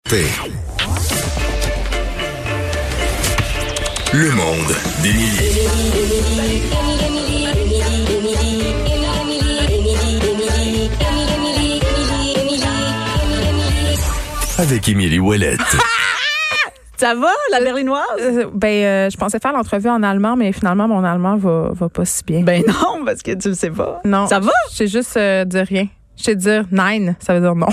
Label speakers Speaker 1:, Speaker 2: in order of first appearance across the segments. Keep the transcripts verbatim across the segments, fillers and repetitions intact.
Speaker 1: Le monde d'Émilie. Avec Émilie Ouellette.
Speaker 2: Ça va, la berlinoise?
Speaker 3: Euh, ben, euh, je pensais faire l'entrevue en allemand, mais finalement, mon allemand va, va pas si bien.
Speaker 2: Ben non, parce que tu le sais pas.
Speaker 3: Non.
Speaker 2: Ça va?
Speaker 3: Je sais juste euh, dire rien. Je sais dire nein, ça veut dire non.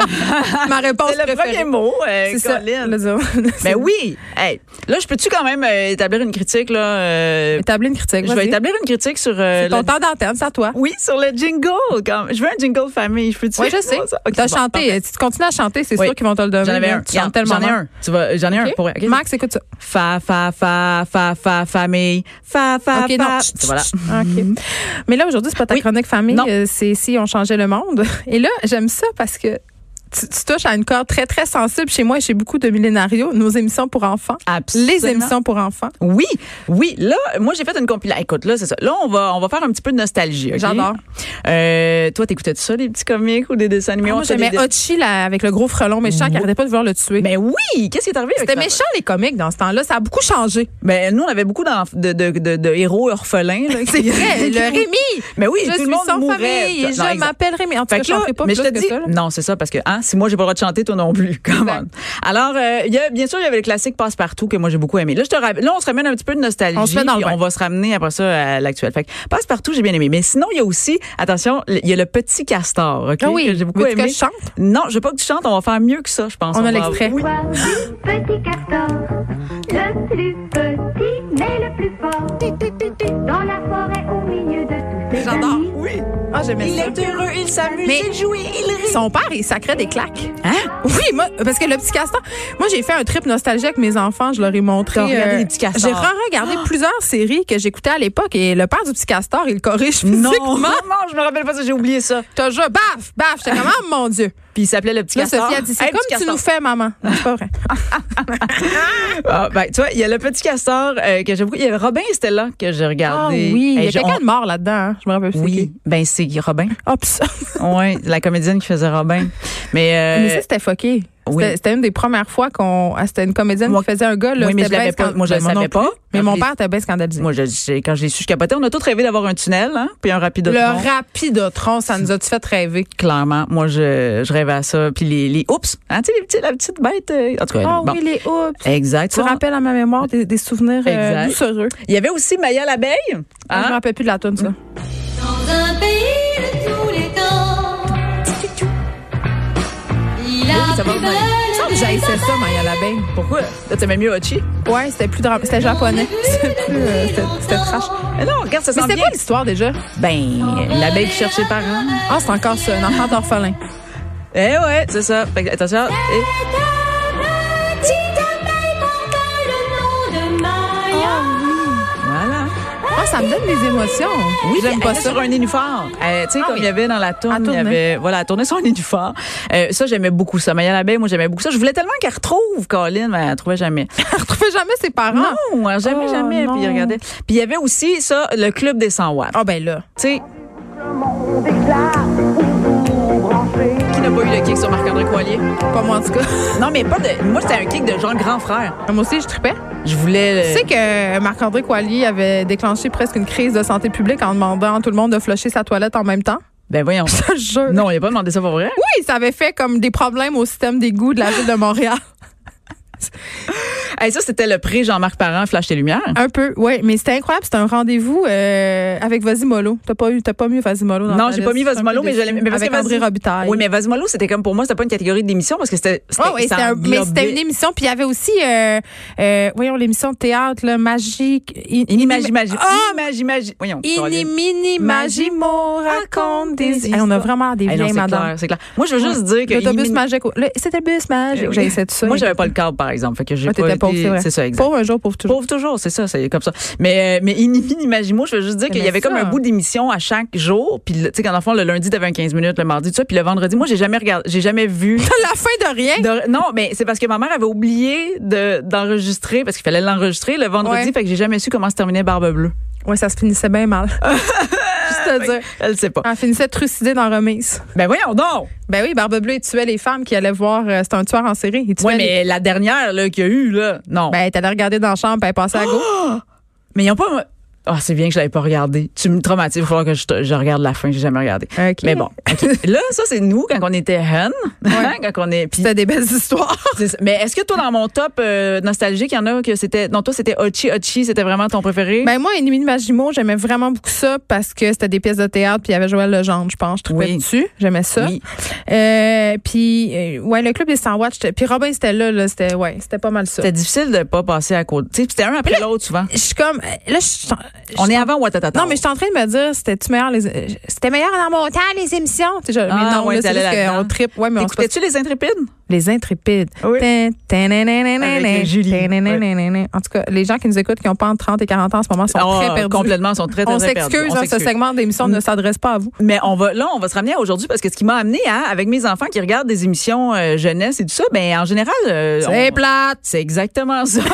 Speaker 3: Ma réponse
Speaker 2: c'est le
Speaker 3: préférée.
Speaker 2: premier mot, euh,
Speaker 3: C'est
Speaker 2: Colin.
Speaker 3: ça. Le dire.
Speaker 2: Ben oui. Hey, là, je peux-tu quand même euh, établir une critique, là? Euh,
Speaker 3: Établir une critique.
Speaker 2: je vais établir une critique sur... Euh,
Speaker 3: C'est ton
Speaker 2: le...
Speaker 3: temps d'antenne, c'est à toi.
Speaker 2: Oui, sur le jingle. Quand... Je veux un jingle famille. Je peux-tu?
Speaker 3: Oui, je sais.
Speaker 2: Okay,
Speaker 3: T'as
Speaker 2: bon,
Speaker 3: chanté.
Speaker 2: parfait.
Speaker 3: Si tu continues à chanter, c'est
Speaker 2: Oui.
Speaker 3: sûr qu'ils vont te le donner.
Speaker 2: J'en avais
Speaker 3: là.
Speaker 2: un.
Speaker 3: Tu chantes tellement
Speaker 2: J'en ai
Speaker 3: mal.
Speaker 2: un. Tu vas, j'en ai
Speaker 3: Okay.
Speaker 2: un pour... Okay.
Speaker 3: Max, écoute ça.
Speaker 2: Fa, fa, fa, fa, fa, famille. Fa, fa,
Speaker 3: OK,
Speaker 2: fa.
Speaker 3: non.
Speaker 2: Voilà.
Speaker 3: OK. Mais là, aujourd'hui, c'est pas ta
Speaker 2: Oui.
Speaker 3: chronique famille,
Speaker 2: Non.
Speaker 3: euh, c'est si on changeait le monde. Et là, j'aime ça parce que tu, tu touches à une corde très, très sensible chez moi et chez beaucoup de millénarios, nos émissions pour enfants.
Speaker 2: Absolument.
Speaker 3: Les émissions pour enfants.
Speaker 2: Oui, oui. Là, moi, j'ai fait une compilation. Écoute, là, c'est ça. Là, on va, on va faire un petit peu de nostalgie. Okay?
Speaker 3: J'adore.
Speaker 2: Euh, toi, t'écoutais ça, les petits comiques ou des dessins animés?
Speaker 3: Ah, moi,
Speaker 2: On fait
Speaker 3: j'aimais
Speaker 2: des-
Speaker 3: Hachi là, avec le gros frelon méchant qui arrêtait pas de vouloir le tuer.
Speaker 2: Mais oui! Qu'est-ce qui est arrivé avec
Speaker 3: C'était
Speaker 2: ça?
Speaker 3: méchant, les comiques, dans ce temps-là. Ça a beaucoup changé.
Speaker 2: Ben, nous, on avait beaucoup d'enf- de, de, de, de héros orphelins. là.
Speaker 3: C'est vrai, le Rémi.
Speaker 2: Mais oui,
Speaker 3: Je
Speaker 2: tout
Speaker 3: suis
Speaker 2: le monde
Speaker 3: sans
Speaker 2: mourait.
Speaker 3: famille.
Speaker 2: Non,
Speaker 3: Je
Speaker 2: exact.
Speaker 3: m'appelle Rémi. En tout cas,
Speaker 2: Fait
Speaker 3: je
Speaker 2: que là,
Speaker 3: chanterai pas
Speaker 2: mais
Speaker 3: plus
Speaker 2: je te
Speaker 3: que
Speaker 2: dis,
Speaker 3: ça. là.
Speaker 2: non, c'est ça, parce que hein, si moi j'ai pas le droit de chanter, toi non plus. Come
Speaker 3: Exact.
Speaker 2: on. Alors, euh, il y a, bien sûr, il y avait le classique Passe-Partout que moi j'ai beaucoup aimé. Là, je te rappelle, là, on se ramène un petit peu de nostalgie.
Speaker 3: On se met dans le
Speaker 2: puis
Speaker 3: bain.
Speaker 2: on va se ramener après ça à l'actuel. Fait que Passe-Partout, j'ai bien aimé. Mais sinon, il y a aussi, attention, il y a le petit castor, ok,
Speaker 3: Ah oui,
Speaker 2: que j'ai beaucoup
Speaker 3: veux-tu
Speaker 2: aimé.
Speaker 3: que je chante?
Speaker 2: Non, je veux pas que tu chantes. On va faire mieux que ça, je pense.
Speaker 3: On a
Speaker 2: va-
Speaker 3: l'extrait.
Speaker 2: Oui.
Speaker 4: Petit castor, le plus petit mais le plus fort. Dans la forêt au milieu de tous ses
Speaker 3: J'adore.
Speaker 4: amis.
Speaker 2: Oui.
Speaker 3: Ah, j'aimais
Speaker 2: Il
Speaker 3: ça.
Speaker 2: est heureux, il s'amuse,
Speaker 3: Mais-
Speaker 2: il joue, il rit.
Speaker 3: Son père, il sacrait des claques.
Speaker 2: Hein?
Speaker 3: Oui, moi, parce que le petit castor, moi, j'ai fait un trip nostalgique avec mes enfants. Je leur ai montré.
Speaker 2: T'as regardé les petits castors?
Speaker 3: J'ai re-regardé plusieurs séries que j'écoutais à l'époque et le père du petit castor, il le corrige
Speaker 2: Non,
Speaker 3: physiquement.
Speaker 2: non, je me rappelle pas ça, j'ai oublié ça.
Speaker 3: T'as déjà, baf, baf. J'étais comme, oh mon Dieu.
Speaker 2: Puis il s'appelait le petit
Speaker 3: Là,
Speaker 2: castor.
Speaker 3: Sophie a dit, c'est
Speaker 2: Hey,
Speaker 3: comme
Speaker 2: petit
Speaker 3: tu
Speaker 2: castor.
Speaker 3: nous fais, maman. Non, c'est pas vrai.
Speaker 2: Ah, ben, tu vois, il y a le petit castor euh, que j'ai beaucoup. Il y avait Robin et Stella que j'ai
Speaker 3: Ah
Speaker 2: regardé.
Speaker 3: oui, il y
Speaker 2: Hey,
Speaker 3: a
Speaker 2: j'ai-
Speaker 3: quelqu'un
Speaker 2: on-
Speaker 3: de mort là-dedans. Hein. Je me rappelle plus. c'est
Speaker 2: Oui,
Speaker 3: qui.
Speaker 2: ben c'est Robin.
Speaker 3: Ah, pis ça.
Speaker 2: Oui, la comédienne qui faisait Robin. Mais, euh,
Speaker 3: Mais ça, c'était fucké.
Speaker 2: oui.
Speaker 3: C'était, c'était une des premières fois qu'on. ah, C'était une comédienne
Speaker 2: Moi-
Speaker 3: qui faisait un gars. Là,
Speaker 2: oui, mais je
Speaker 3: C'était
Speaker 2: l'avais
Speaker 3: bien
Speaker 2: pas.
Speaker 3: scan-
Speaker 2: Moi, je le
Speaker 3: Ben, non
Speaker 2: savais
Speaker 3: plus.
Speaker 2: pas.
Speaker 3: Mais
Speaker 2: Quand
Speaker 3: mon
Speaker 2: je l'ai-
Speaker 3: père était bien scandalisé.
Speaker 2: moi, je, je- quand je l'ai su, je capotais. On a tous rêvé d'avoir un tunnel, hein, puis un rapidotron.
Speaker 3: Le rapidotron, ça nous a-tu fait rêver?
Speaker 2: Clairement, moi, je, je rêvais à ça. Puis les, les oups, hein, tu sais, les petits, la petite bête. euh, en tout cas,
Speaker 3: Ah
Speaker 2: bon.
Speaker 3: oui, les oups.
Speaker 2: Exact.
Speaker 3: Tu rappelles à ma mémoire des, des souvenirs euh,
Speaker 2: Exact.
Speaker 3: doucereux.
Speaker 2: Il y avait aussi Maya l'abeille.
Speaker 3: Ah, Je
Speaker 2: Hein?
Speaker 3: me rappelle plus de la toune, ça.
Speaker 5: Dans un pays de tous les temps, il a
Speaker 3: Ça va
Speaker 5: plus
Speaker 3: bien.
Speaker 5: belle
Speaker 3: Il me semble que j'haïssais ça, Maya l'abeille.
Speaker 2: Pourquoi? Là, t'aimais mieux Hachi?
Speaker 3: Ouais, c'était plus drame. C'était japonais. C'était plus, euh, c'était, c'était trash.
Speaker 2: Mais non, regarde, ça
Speaker 3: Mais
Speaker 2: sent
Speaker 3: c'était
Speaker 2: bien.
Speaker 3: quoi l'histoire déjà?
Speaker 2: Ben, l'abeille qui cherche ses parents.
Speaker 3: Ah, c'est encore ça, un enfant d'orphelin.
Speaker 2: Eh ouais, c'est ça. Fait que, attention. eh. Voilà.
Speaker 3: Ah, ça me donne des émotions.
Speaker 2: Oui,
Speaker 3: j'aime
Speaker 2: elle
Speaker 3: pas
Speaker 2: était
Speaker 3: ça.
Speaker 2: sur un nénuphar. Euh, tu sais,
Speaker 3: Ah
Speaker 2: comme
Speaker 3: oui.
Speaker 2: il y avait dans la tourne,
Speaker 3: Elle
Speaker 2: il y
Speaker 3: tournait.
Speaker 2: avait, voilà, elle tournait sur un nénuphar. Euh, ça, j'aimais beaucoup ça. Maya l'abeille, moi, j'aimais beaucoup ça. Je voulais tellement qu'elle retrouve Colin, mais elle ne trouvait jamais.
Speaker 3: Elle retrouvait jamais ses parents.
Speaker 2: Non, elle jamais,
Speaker 3: Oh,
Speaker 2: jamais.
Speaker 3: non.
Speaker 2: Puis regardez. Puis il y avait aussi ça, le club des cent watts.
Speaker 3: Ah, ben là.
Speaker 2: Tu sais, qui n'a pas eu le kick sur Marc-André Coallier?
Speaker 3: Pas moi, en tout cas.
Speaker 2: Non, mais pas de, moi, c'était un kick de genre grand frère.
Speaker 3: Moi aussi, je tripais.
Speaker 2: Je voulais.
Speaker 3: Tu sais que Marc-André Coallier avait déclenché presque une crise de santé publique en demandant à tout le monde de flusher sa toilette en même temps.
Speaker 2: Ben voyons.
Speaker 3: Je te jure.
Speaker 2: Non, il n'a pas demandé ça pour vrai.
Speaker 3: Oui, ça avait fait comme des problèmes au système d'égout de la ville de Montréal.
Speaker 2: Hey, ça, c'était le prix Jean-Marc Parent, Flash tes lumières.
Speaker 3: Un peu, oui. Mais c'était incroyable. C'était un rendez-vous euh, avec Vasimolo. T'as pas eu, t'as pas mis Vasimolo dans
Speaker 2: Non,
Speaker 3: ta
Speaker 2: j'ai pas
Speaker 3: liste.
Speaker 2: mis Vasimolo,
Speaker 3: Un peu
Speaker 2: mais je l'ai-
Speaker 3: déçu.
Speaker 2: mais parce
Speaker 3: avec
Speaker 2: que
Speaker 3: André
Speaker 2: Vasi-
Speaker 3: Robitaille.
Speaker 2: Oui, mais Vasimolo, c'était comme pour moi, c'était pas une catégorie d'émission parce que c'était.
Speaker 3: Oh, oui, c'était un- mais c'était une émission. Puis il y avait aussi, euh, euh, voyons, l'émission de théâtre, là, magique. In-
Speaker 2: Inimagi, magie.
Speaker 3: Ah!
Speaker 2: Inimagi, magie. Voyons.
Speaker 3: Inimini Magimo raconte des. Hey, on a vraiment des
Speaker 2: Hey, non,
Speaker 3: vieilles
Speaker 2: c'est
Speaker 3: madame.
Speaker 2: clair, c'est clair. Moi, je veux juste dire que.
Speaker 3: L'autobus
Speaker 2: Inimini-
Speaker 3: magique. Le- C'était le bus magique.
Speaker 2: Euh,
Speaker 3: J'ai essayé de ça.
Speaker 2: Moi, j'avais pas le câble, par exemple. Fait que j'ai
Speaker 3: Ah,
Speaker 2: pas
Speaker 3: t'étais pauvre,
Speaker 2: été-
Speaker 3: c'est vrai.
Speaker 2: C'est ça, exact.
Speaker 3: Pauvre un jour, pauvre toujours.
Speaker 2: Pauvre toujours, c'est ça, c'est comme ça. Mais, euh, mais Inimini Magimo, je veux juste dire qu'il y
Speaker 3: Mais
Speaker 2: avait
Speaker 3: ça.
Speaker 2: comme un bout d'émission à chaque jour. Puis, tu sais, quand enfant, le lundi, t'avais un quinze minutes, le mardi, tout ça. Puis le vendredi, moi, j'ai jamais regardé, j'ai jamais vu.
Speaker 3: La fin de rien.
Speaker 2: De- non, mais c'est parce que ma mère avait oublié de, d'enregistrer, parce qu'il fallait l'enregistrer le vendredi,
Speaker 3: Ouais.
Speaker 2: fait que j'ai jamais su comment se terminait Barbe Bleue.
Speaker 3: Oui, ça se finissait bien mal. te dire.
Speaker 2: Elle sait pas.
Speaker 3: Elle finissait trucidée dans Remise.
Speaker 2: Ben voyons donc.
Speaker 3: Ben oui, Barbe Bleue, il tuait les femmes qui allaient voir. Euh, c'est un tueur en série. Il tuait
Speaker 2: Oui,
Speaker 3: les-
Speaker 2: mais la dernière là, qu'il y a eu, là, non.
Speaker 3: Ben, t'allais regarder dans la chambre, puis elle passait à gauche.
Speaker 2: Mais ils n'ont pas... Ah, c'est bien que je l'avais pas regardé. Tu me traumatises. Il va falloir que je, te- je regarde la fin. J'ai jamais regardé.
Speaker 3: OK.
Speaker 2: Mais bon. OK. Là, ça, c'est nous quand on était hen. Hein, quand on est... Puis,
Speaker 3: C'était des belles histoires.
Speaker 2: c'est ça. Mais est-ce que toi, dans mon top euh, nostalgique, il y en a que c'était... Non, toi, c'était Ochi Ochi. C'était vraiment ton préféré?
Speaker 3: Ben, moi, Ennemi de Majimo, j'aimais vraiment beaucoup ça parce que c'était des pièces de théâtre, puis il y avait Joël Legendre, je pense. Je trouvais
Speaker 2: Oui.
Speaker 3: dessus. J'aimais ça.
Speaker 2: Oui.
Speaker 3: Euh, puis, euh, ouais, le club des Sandwich. Puis Robin, c'était là, là. C'était, ouais, c'était pas mal ça.
Speaker 2: C'était difficile de pas passer à côté. Tu sais, c'était un après l'autre, souvent.
Speaker 3: Je suis comme. Là, je
Speaker 2: On est avant Ouattatata.
Speaker 3: Non, mais je suis en train de me dire, c'était-tu meilleur les, c'était meilleur dans mon temps, les émissions. Tu sais, je-
Speaker 2: Ah,
Speaker 3: mais non,
Speaker 2: ouais,
Speaker 3: là, c'est
Speaker 2: t'allais
Speaker 3: juste
Speaker 2: là-dedans.
Speaker 3: qu'on trippe. Ouais, mais on se passe-
Speaker 2: Écoutais-tu Les Intrépides?
Speaker 3: Les Intrépides.
Speaker 2: Oui.
Speaker 3: Tin, tin, nan, nan, nan,
Speaker 2: Avec
Speaker 3: nan,
Speaker 2: Julie.
Speaker 3: tin, nan, nan, nan, nan. En tout cas, les gens qui nous écoutent, qui n'ont pas entre trente et quarante ans en ce moment, sont
Speaker 2: Ah,
Speaker 3: très perdus.
Speaker 2: complètement, ils sont très, très,
Speaker 3: On
Speaker 2: très perdus.
Speaker 3: s'excuse,
Speaker 2: On
Speaker 3: hein, ce
Speaker 2: s'excuse.
Speaker 3: segment d'émission ne s'adresse pas à vous.
Speaker 2: Mais on va là, on va se ramener à aujourd'hui parce que ce qui m'a amené à, avec mes enfants qui regardent des émissions euh, jeunesse et tout ça, ben en général, euh,
Speaker 3: C'est
Speaker 2: on-
Speaker 3: plate.
Speaker 2: c'est exactement ça.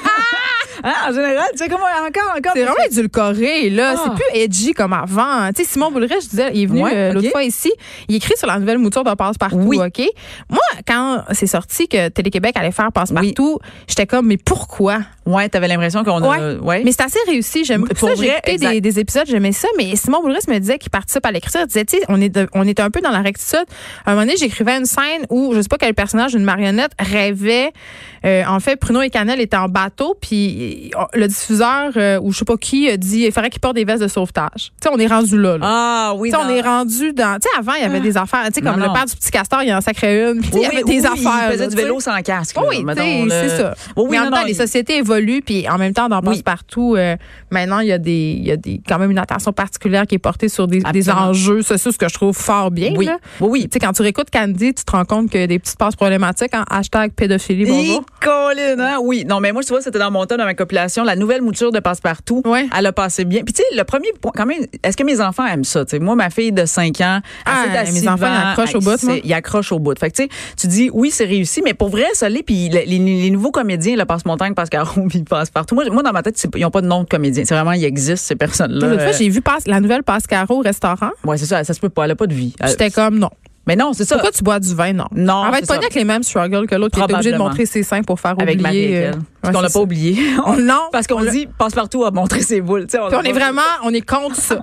Speaker 2: Hein, en général, tu sais comment encore, encore.
Speaker 3: C'est vraiment édulcoré, là.
Speaker 2: Ah.
Speaker 3: C'est plus edgy comme avant. Tu sais, Simon Boulrich, je disais, il est venu
Speaker 2: Ouais,
Speaker 3: euh, l'autre
Speaker 2: ok.
Speaker 3: fois ici. Il écrit sur la nouvelle mouture de Passe-Partout,
Speaker 2: Oui.
Speaker 3: OK? Moi, quand c'est sorti que Télé-Québec allait faire Passe-Partout, j'étais comme, mais pourquoi?
Speaker 2: Ouais, t'avais l'impression qu'on a.
Speaker 3: Ouais.
Speaker 2: Ouais.
Speaker 3: Mais c'est assez réussi. J'aime beaucoup
Speaker 2: Pour
Speaker 3: ça. J'ai
Speaker 2: vrai,
Speaker 3: écouté
Speaker 2: exact.
Speaker 3: des, des épisodes, j'aimais ça. Mais Simon Boulrich me disait qu'il participe à l'écriture. Il disait, tu sais, on est, de- on est un peu dans la rectitude. À un moment donné, j'écrivais une scène où, je sais pas quel personnage d'une marionnette rêvait. Euh, en fait, Pruneau et Canel étaient en bateau, puis euh, le diffuseur, euh, ou je sais pas qui, a dit il faudrait qu'il porte des vestes de sauvetage. Tu sais, on est rendu là. là.
Speaker 2: Ah oui.
Speaker 3: Tu sais, on
Speaker 2: dans-
Speaker 3: est rendu dans. Tu sais, avant, il y avait des affaires. Tu sais, comme
Speaker 2: Non,
Speaker 3: le
Speaker 2: non.
Speaker 3: père du petit castor, il en sacrait une. Puis, tu sais, il y avait
Speaker 2: Oui,
Speaker 3: des
Speaker 2: oui,
Speaker 3: affaires.
Speaker 2: Il faisait
Speaker 3: là,
Speaker 2: du
Speaker 3: tu sais.
Speaker 2: vélo sans casque. là,
Speaker 3: Oui, tu
Speaker 2: mettons,
Speaker 3: sais,
Speaker 2: là.
Speaker 3: c'est ça.
Speaker 2: Oui, oui,
Speaker 3: mais en
Speaker 2: non,
Speaker 3: même temps,
Speaker 2: non,
Speaker 3: les
Speaker 2: il-
Speaker 3: sociétés évoluent, puis en même temps, dans
Speaker 2: Oui.
Speaker 3: Passe-Partout, euh, maintenant, il y a des, il y a des, quand même une attention particulière qui est portée sur des, des
Speaker 2: Absolument.
Speaker 3: enjeux sociaux, ce que je trouve fort bien.
Speaker 2: Oui.
Speaker 3: Là.
Speaker 2: Oui, oui.
Speaker 3: Tu sais, quand tu réécoutes Candy, tu te rends compte qu'il y a des petites passes problématiques en hashtag pédophilie. Bonjour.
Speaker 2: Et Colin, hein? Oui. Non, mais moi, tu vois, c'était dans mon temps, dans ma compilation. La nouvelle mouture de Passe-Partout.
Speaker 3: Ouais.
Speaker 2: Elle a passé bien. Puis, tu sais, le premier point, quand même, est-ce que mes enfants aiment ça? Tu sais, moi, ma fille de cinq ans,
Speaker 3: Ah,
Speaker 2: elle s'est assise
Speaker 3: mes enfants, ils
Speaker 2: devant,
Speaker 3: accrochent au
Speaker 2: elle-
Speaker 3: bout, moi.
Speaker 2: c'est- Ils accrochent au bout. Fait que, tu sais, tu dis, oui, c'est réussi, mais pour vrai, ça l'est. Puis, les, les- les nouveaux comédiens, le Passe-Montagne, Passe-Caron, puis Passe-Partout. Moi, moi, dans ma tête, c'est- ils n'ont pas de nom de comédien. C'est vraiment, ils existent, ces personnes-là.
Speaker 3: L'autre fois,
Speaker 2: Euh,
Speaker 3: j'ai vu passe, la nouvelle Pascaro au restaurant.
Speaker 2: ouais, c'est ça. Ça se peut pas. Elle a pas de vie. Elle-
Speaker 3: J'étais comme, non.
Speaker 2: Mais non, c'est ça.
Speaker 3: Pourquoi tu bois du vin? Non.
Speaker 2: Non,
Speaker 3: Elle va
Speaker 2: c'est
Speaker 3: être pognée
Speaker 2: ça.
Speaker 3: avec les mêmes struggles que l'autre qui est obligé de
Speaker 2: Probablement.
Speaker 3: montrer ses seins pour faire
Speaker 2: Avec Marie
Speaker 3: oublier.
Speaker 2: Ethel.
Speaker 3: euh,
Speaker 2: Parce
Speaker 3: ouais,
Speaker 2: qu'on l'a
Speaker 3: c'est
Speaker 2: pas
Speaker 3: ça.
Speaker 2: oublié.
Speaker 3: Non.
Speaker 2: Parce qu'on dit, Passe-Partout a montré ses boules. Tu sais,
Speaker 3: Puis on est vraiment, on est contre ça.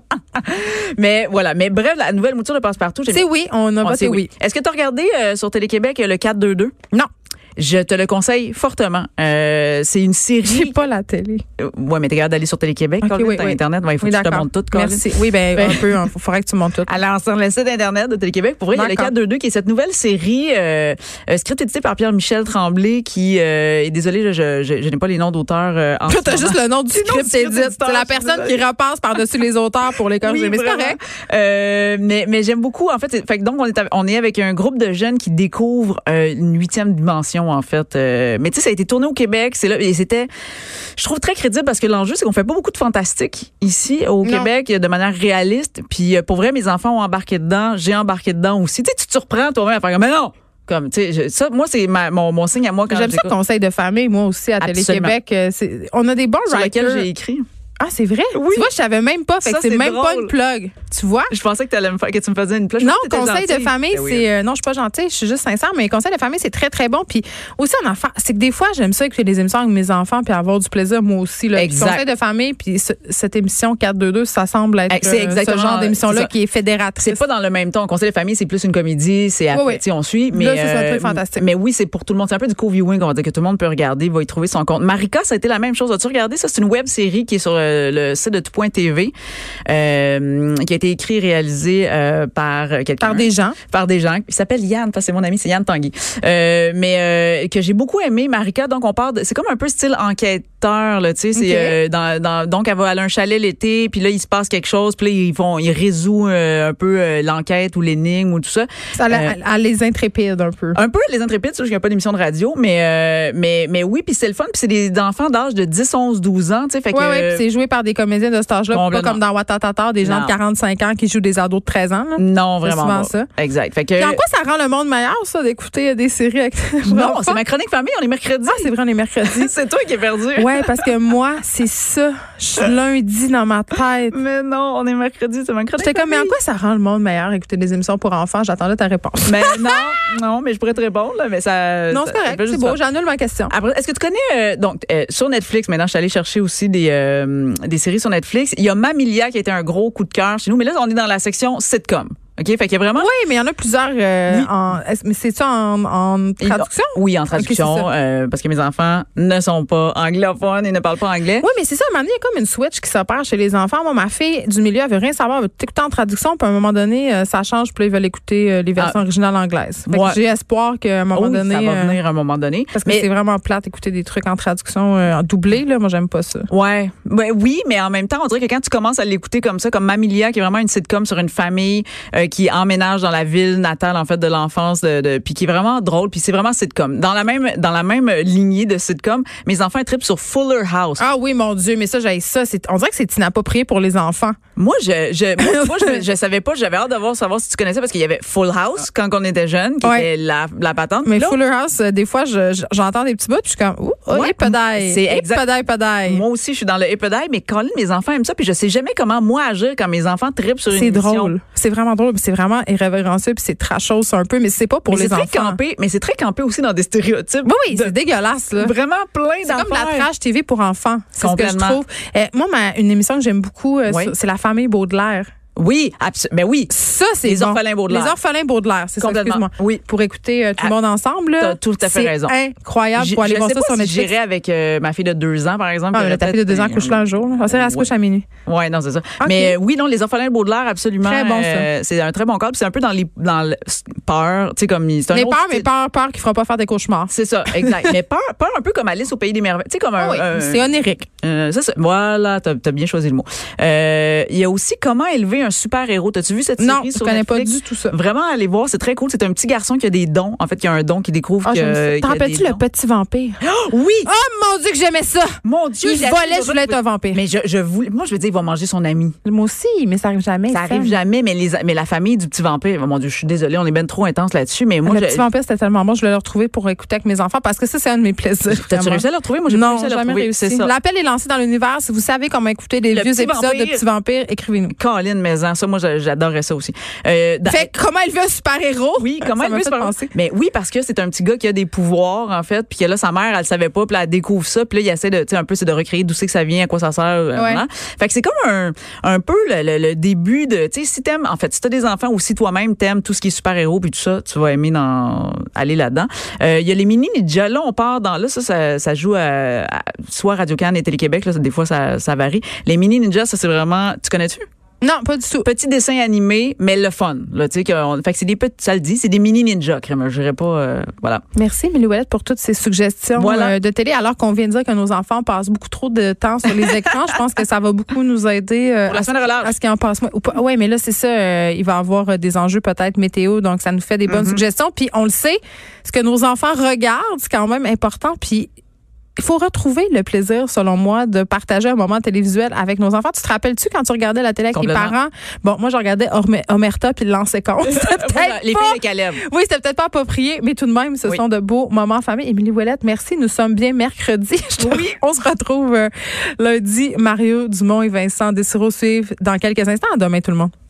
Speaker 2: Mais voilà. Mais bref, la nouvelle mouture de Passe-Partout, j'ai
Speaker 3: C'est oui, on a
Speaker 2: Ah,
Speaker 3: voté
Speaker 2: c'est
Speaker 3: oui.
Speaker 2: Est-ce que tu as regardé euh, sur Télé-Québec euh, le quatre deux deux?
Speaker 3: Non.
Speaker 2: Je te le conseille fortement. Euh, c'est une
Speaker 3: J'ai
Speaker 2: série.
Speaker 3: pas la télé.
Speaker 2: Euh, ouais, mais t'es capable d'aller sur Télé-Québec.
Speaker 3: Ok,
Speaker 2: Colin,
Speaker 3: oui,
Speaker 2: t'as
Speaker 3: oui.
Speaker 2: Internet. Ouais, il faut
Speaker 3: Oui,
Speaker 2: que je te
Speaker 3: d'accord.
Speaker 2: montre tout. Colin.
Speaker 3: Merci. Oui, ben,
Speaker 2: Ben-
Speaker 3: un peu. Il faudrait que tu montes tout.
Speaker 2: Alors, sur le site Internet de Télé-Québec, pour vrai, il y a le
Speaker 3: D'accord.
Speaker 2: quatre deux deux qui est cette nouvelle série euh, euh, script édité par Pierre-Michel Tremblay qui euh, est désolé, je, je, je n'ai pas les noms d'auteurs euh, en
Speaker 3: Toi,
Speaker 2: ce
Speaker 3: t'as
Speaker 2: moment.
Speaker 3: juste le nom du
Speaker 2: C'est le nom
Speaker 3: script
Speaker 2: du script
Speaker 3: édite.
Speaker 2: éditeur,
Speaker 3: C'est la
Speaker 2: je suis
Speaker 3: personne qui
Speaker 2: désolée.
Speaker 3: repasse par-dessus les auteurs pour les corriger. Mais c'est
Speaker 2: vraiment.
Speaker 3: correct.
Speaker 2: Euh, mais mais j'aime beaucoup. En fait, c'est- fait que donc on est av- on est avec un groupe de jeunes qui découvrent euh, une huitième dimension en fait. Euh, mais tu sais, ça a été tourné au Québec. C'est là et c'était, je trouve très crédible parce que l'enjeu c'est qu'on fait pas beaucoup de fantastique ici au
Speaker 3: Non.
Speaker 2: Québec de manière réaliste. Puis euh, pour vrai, mes enfants ont embarqué dedans. J'ai embarqué dedans aussi. Tu sais, tu te surprends toi-même à faire comme mais non. Comme, tu sais, je- ça, moi, c'est ma- mon, mon signe à moi quand
Speaker 3: J'aime ça,
Speaker 2: j'écoute.
Speaker 3: conseil de famille, moi aussi, à
Speaker 2: Absolument.
Speaker 3: Télé-Québec. Euh, c'est- On a des bons
Speaker 2: Sur lequel
Speaker 3: writers.
Speaker 2: j'ai écrit.
Speaker 3: Ah, c'est vrai?
Speaker 2: Oui.
Speaker 3: Tu vois, je savais même pas. Fait
Speaker 2: Ça,
Speaker 3: que c'est
Speaker 2: c'est
Speaker 3: même pas
Speaker 2: drôle.
Speaker 3: une plug. Tu vois?
Speaker 2: Je pensais que, t'allais me faire, que tu me faisais une plage.
Speaker 3: Non, conseil de famille,
Speaker 2: Ben oui.
Speaker 3: c'est. euh, non, je suis pas gentille, je suis juste sincère, mais conseil de famille, c'est très, très bon. Puis aussi, en enfant, c'est que des fois, j'aime ça écouter des émissions avec mes enfants puis avoir du plaisir, moi aussi. Là. Puis
Speaker 2: Exact.
Speaker 3: conseil de famille, puis ce- cette émission quatre deux deux, ça semble être
Speaker 2: Eh, c'est
Speaker 3: euh,
Speaker 2: exactement-
Speaker 3: ce genre
Speaker 2: c'est
Speaker 3: d'émission-là
Speaker 2: ça.
Speaker 3: qui est fédératrice.
Speaker 2: C'est pas dans le même ton. Conseil de famille, c'est plus une comédie, c'est après,
Speaker 3: Oui, oui.
Speaker 2: tu sais, on suit. Mais,
Speaker 3: Là, c'est ça, un truc fantastique.
Speaker 2: mais oui, c'est pour tout le monde. C'est un peu du co-viewing, on va dire, que tout le monde peut regarder, va y trouver son compte. Marika, ça a été la même chose. As-tu regardé ça? C'est une web série qui est sur euh, le site de tout point T V, euh, qui a été écrit et réalisé euh, par quelqu'un.
Speaker 3: Par des gens.
Speaker 2: Par des gens. Il s'appelle Yann, parce que c'est mon ami, c'est Yann Tanguy. Euh, mais euh, que j'ai beaucoup aimé, Marika. Donc, on part de, c'est comme un peu style enquêteur, là, tu sais. C'est
Speaker 3: Ok.
Speaker 2: euh, dans, dans, donc, elle va aller à un chalet l'été, puis là, il se passe quelque chose, puis là, ils vont, ils résout euh, un peu euh, l'enquête ou l'énigme ou tout ça.
Speaker 3: Ça a,
Speaker 2: Euh,
Speaker 3: à les intrépides un peu.
Speaker 2: Un peu les intrépides, ça, je n'ai pas d'émission de radio, mais euh, mais mais oui, puis c'est le fun, puis c'est des enfants d'âge de dix, onze, douze ans, tu sais, fait que
Speaker 3: Oui, oui, c'est joué par des comédiens de cet âge-là, pas
Speaker 2: Complètement.
Speaker 3: comme dans Watatata, des gens
Speaker 2: Non.
Speaker 3: de quarante-cinq ans qui jouent des ados de treize ans. Là.
Speaker 2: Non,
Speaker 3: C'est
Speaker 2: vraiment
Speaker 3: souvent
Speaker 2: pas.
Speaker 3: ça.
Speaker 2: Exact. Fait que,
Speaker 3: Puis en quoi ça rend le monde meilleur, ça, d'écouter des séries avec
Speaker 2: non, c'est ma chronique famille, on est mercredi.
Speaker 3: Ah, c'est vrai, on est mercredi.
Speaker 2: c'est toi qui es perdu.
Speaker 3: Ouais, parce que moi, c'est ça. Je suis lundi dans ma tête.
Speaker 2: Mais non, on est mercredi, c'est ma chronique
Speaker 3: J'étais comme, mais en
Speaker 2: famille.
Speaker 3: quoi ça rend le monde meilleur, écouter des émissions pour enfants? J'attendais ta réponse.
Speaker 2: Mais non, non, mais je pourrais te répondre, là, mais ça.
Speaker 3: Non,
Speaker 2: ça-
Speaker 3: c'est
Speaker 2: ça
Speaker 3: correct,
Speaker 2: fait juste
Speaker 3: c'est beau,
Speaker 2: faire.
Speaker 3: j'annule ma question.
Speaker 2: Après, est-ce que tu connais euh, donc euh, sur Netflix maintenant je suis allée chercher aussi des euh, des séries sur Netflix. Il y a Mamilia qui a été un gros coup de cœur chez nous, mais là on est dans la section sitcom. OK, fait qu'il y a vraiment
Speaker 3: Oui, mais il y en a plusieurs. Euh,
Speaker 2: Oui.
Speaker 3: en, est-ce- mais c'est ça en, en traduction?
Speaker 2: Oui, en
Speaker 3: Ok,
Speaker 2: traduction
Speaker 3: c'est ça.
Speaker 2: euh, parce que mes enfants ne sont pas anglophones et ne parlent pas anglais.
Speaker 3: Oui, mais c'est ça. À un moment donné, il y a comme une switch qui s'opère chez les enfants. Moi, ma fille du milieu, elle veut rien savoir. Elle veut t'écouter en traduction. Puis à un moment donné, euh, ça change. Puis là, ils veulent écouter euh, les versions
Speaker 2: Ah.
Speaker 3: originales anglaises. Fait que
Speaker 2: Ouais.
Speaker 3: j'ai espoir qu'à un moment
Speaker 2: Oh,
Speaker 3: donné.
Speaker 2: ça va
Speaker 3: euh,
Speaker 2: venir à un moment donné.
Speaker 3: parce que
Speaker 2: mais
Speaker 3: c'est vraiment plate d'écouter des trucs en traduction euh, en doublé. Là. Moi, j'aime pas ça.
Speaker 2: ouais, ben oui, mais en même temps, on dirait que quand tu commences à l'écouter comme ça, comme Mamilia, qui est vraiment une sitcom sur une famille euh, qui emménage dans la ville natale en fait de l'enfance, de, de puis qui est vraiment drôle, puis c'est vraiment sitcom. Dans la même dans la même lignée de sitcom, mes enfants ils trippent sur Fuller House.
Speaker 3: Ah oui, mon Dieu, mais ça, j'ai ça. C'est, on dirait que c'est inapproprié pour les enfants.
Speaker 2: Moi, je, je, moi, moi, je, me- je savais pas, j'avais hâte de voir, savoir si tu connaissais parce qu'il y avait Full House quand on était jeune, qui
Speaker 3: Ouais.
Speaker 2: était la, la patente.
Speaker 3: Mais
Speaker 2: Là,
Speaker 3: Fuller House, euh, des fois, je- je- j'entends des petits bouts, puis je suis comme, ouh, oh,
Speaker 2: Ouais,
Speaker 3: épadaille.
Speaker 2: c'est exact.
Speaker 3: Épadaille, épadaille.
Speaker 2: moi aussi, je suis dans le épadaille, mais Colin, mes enfants aiment ça, puis je sais jamais comment moi agir quand mes enfants trippent sur une
Speaker 3: C'est
Speaker 2: émission.
Speaker 3: drôle. C'est vraiment drôle. puis C'est vraiment irrévérencieux. Puis c'est trashos un peu. Mais c'est pas pour
Speaker 2: Mais
Speaker 3: les
Speaker 2: c'est très
Speaker 3: enfants.
Speaker 2: campé, mais c'est très campé aussi dans des stéréotypes.
Speaker 3: Oui, oui,
Speaker 2: de-
Speaker 3: c'est dégueulasse. Là.
Speaker 2: Vraiment plein
Speaker 3: C'est
Speaker 2: d'affaires.
Speaker 3: comme la trash T V pour enfants. C'est ce que je
Speaker 2: Complètement.
Speaker 3: trouve. Euh, moi, ma, une émission que j'aime beaucoup, euh,
Speaker 2: Oui.
Speaker 3: sur- c'est La famille Baudelaire.
Speaker 2: Oui, absolument. Ben oui.
Speaker 3: Ça, c'est
Speaker 2: Les
Speaker 3: bon.
Speaker 2: orphelins Baudelaire.
Speaker 3: Les orphelins Baudelaire, c'est ça,
Speaker 2: Complètement.
Speaker 3: excuse-moi.
Speaker 2: Oui.
Speaker 3: Pour écouter euh, tout le
Speaker 2: Ah,
Speaker 3: monde ensemble. là,
Speaker 2: t'as tout à fait
Speaker 3: c'est
Speaker 2: raison.
Speaker 3: incroyable
Speaker 2: J-
Speaker 3: pour aller
Speaker 2: je
Speaker 3: voir
Speaker 2: sais
Speaker 3: ça
Speaker 2: pas
Speaker 3: sur
Speaker 2: si
Speaker 3: Netflix.
Speaker 2: j'irais avec euh, ma fille de deux ans, par exemple.
Speaker 3: Ah,
Speaker 2: qui
Speaker 3: mais
Speaker 2: aurait
Speaker 3: ta fille de
Speaker 2: peut-être
Speaker 3: deux ans couche là un jour. là. Ça, elle se couche à minuit.
Speaker 2: Ouais, non, c'est ça.
Speaker 3: Ok.
Speaker 2: Mais euh, oui, non, les orphelins Baudelaire, absolument.
Speaker 3: Très bon, ça.
Speaker 2: euh, c'est un très bon cadre. Puis c'est un peu dans les dans le peur, tu sais comme c'est un
Speaker 3: Mais
Speaker 2: autre
Speaker 3: peur, mais
Speaker 2: style.
Speaker 3: peur, peur qu'il fera pas faire des cauchemars.
Speaker 2: C'est ça, exact. mais peur, peur un peu comme Alice au pays des merveilles, tu sais comme un.
Speaker 3: Ah oui,
Speaker 2: un-
Speaker 3: c'est onirique.
Speaker 2: euh, c'est ça. Voilà, t'as as bien choisi le mot. Euh, Il y a aussi comment élever un super héros. T'as-tu vu cette
Speaker 3: Non,
Speaker 2: série
Speaker 3: je
Speaker 2: sur
Speaker 3: connais pas
Speaker 2: Netflix?
Speaker 3: du tout ça.
Speaker 2: Vraiment, allez voir, c'est très cool. C'est un petit garçon qui a des dons. En fait, qui a un don, qui découvre
Speaker 3: Ah,
Speaker 2: que.
Speaker 3: j'aime ça.
Speaker 2: qu'il
Speaker 3: T'en
Speaker 2: a des
Speaker 3: rappelles-tu le
Speaker 2: dons.
Speaker 3: petit vampire?
Speaker 2: Oui!
Speaker 3: Oh mon Dieu que j'aimais ça!
Speaker 2: Mon Dieu,
Speaker 3: Il
Speaker 2: j'ai
Speaker 3: volait,
Speaker 2: absolument
Speaker 3: je voulais être
Speaker 2: pas-
Speaker 3: un vampire.
Speaker 2: Mais je, je voulais, moi, je veux dire, il va manger son ami.
Speaker 3: Moi aussi, mais ça arrive jamais.
Speaker 2: Ça arrive jamais, mais, les, mais la famille du petit vampire, oh mon Dieu, je suis désolée, on est bien trop intense là-dessus, mais moi,
Speaker 3: Le
Speaker 2: je-
Speaker 3: petit vampire, c'était tellement bon. Je voulais le retrouver pour écouter avec mes enfants parce que ça, c'est un de mes plaisirs.
Speaker 2: t'as-tu
Speaker 3: vraiment.
Speaker 2: réussi à le retrouver? Moi, j'ai pas
Speaker 3: Non,
Speaker 2: réussi à le
Speaker 3: jamais
Speaker 2: retrouver.
Speaker 3: réussi.
Speaker 2: C'est ça.
Speaker 3: L'appel est lancé dans l'univers. Si vous savez comment écouter des
Speaker 2: Le
Speaker 3: vieux
Speaker 2: petit
Speaker 3: épisodes
Speaker 2: vampire.
Speaker 3: de Petit Vampire, écrivez-nous.
Speaker 2: Colin Maison, ça, moi, j'a- j'adorais ça aussi. Euh, dans-
Speaker 3: Fait que comment élever un super-héros?
Speaker 2: Oui, comment
Speaker 3: ça
Speaker 2: elle
Speaker 3: m'a
Speaker 2: veut
Speaker 3: fait
Speaker 2: se faire-
Speaker 3: penser.
Speaker 2: Mais oui, parce que c'est un petit gars qui a des pouvoirs, en fait, puis que là, sa mère, elle savait pas, puis là, elle découvre ça, puis là, il essaie de, tu sais, un peu, c'est de recréer d'où c'est que ça vient, à quoi ça sert. euh,
Speaker 3: Ouais.
Speaker 2: voilà. Fait que c'est comme un, un peu le, le- le début de, tu sais, si t'aimes, en fait, si t'as des enfants ou si toi-même t'aimes tout ce qui est super-héros puis tout ça, tu vas aimer dans, aller là-dedans. Euh, Il y a les mini ninjas, là, on part dans, là, ça, ça, ça joue à, à- soit Radio-Can et Télé-Québec, là, des fois, ça, ça varie. Les mini ninjas, ça, c'est vraiment, tu connais-tu?
Speaker 3: Non, pas du tout.
Speaker 2: Petit dessin animé, mais le fun. Là, tu sais, qu'on- fait que c'est des petits, ça le dit, c'est des mini ninjas, crème. Je dirais pas, euh, voilà.
Speaker 3: Merci, Milly Ouellette, pour toutes ces suggestions
Speaker 2: Voilà.
Speaker 3: euh, de télé. Alors qu'on vient de dire que nos enfants passent beaucoup trop de temps sur les écrans, je pense que ça va beaucoup nous aider euh,
Speaker 2: Pour la
Speaker 3: à,
Speaker 2: semaine de relâche.
Speaker 3: à ce qu'ils en passent moins. Oui, mais là, c'est ça. euh, il va y avoir euh, des enjeux peut-être météo, donc ça nous fait des bonnes
Speaker 2: Mm-hmm.
Speaker 3: suggestions. Puis on le sait, ce que nos enfants regardent, c'est quand même important. Puis il faut retrouver le plaisir, selon moi, de partager un moment télévisuel avec nos enfants. Tu te rappelles-tu quand tu regardais la télé avec tes
Speaker 2: Complètement.
Speaker 3: parents? Bon, moi, je regardais Orme- Omerta puis le lancer-compte. C'était
Speaker 2: Voilà,
Speaker 3: peut-être
Speaker 2: les
Speaker 3: pas-
Speaker 2: filles de Caleb.
Speaker 3: oui, c'était peut-être pas approprié, mais tout de même, ce
Speaker 2: Oui.
Speaker 3: sont de beaux moments en famille. Émilie Ouellette, merci. Nous sommes bien mercredi. Je te-
Speaker 2: Oui.
Speaker 3: On se retrouve euh, lundi. Mario Dumont et Vincent Dessureau suivent dans quelques instants. À demain, tout le monde.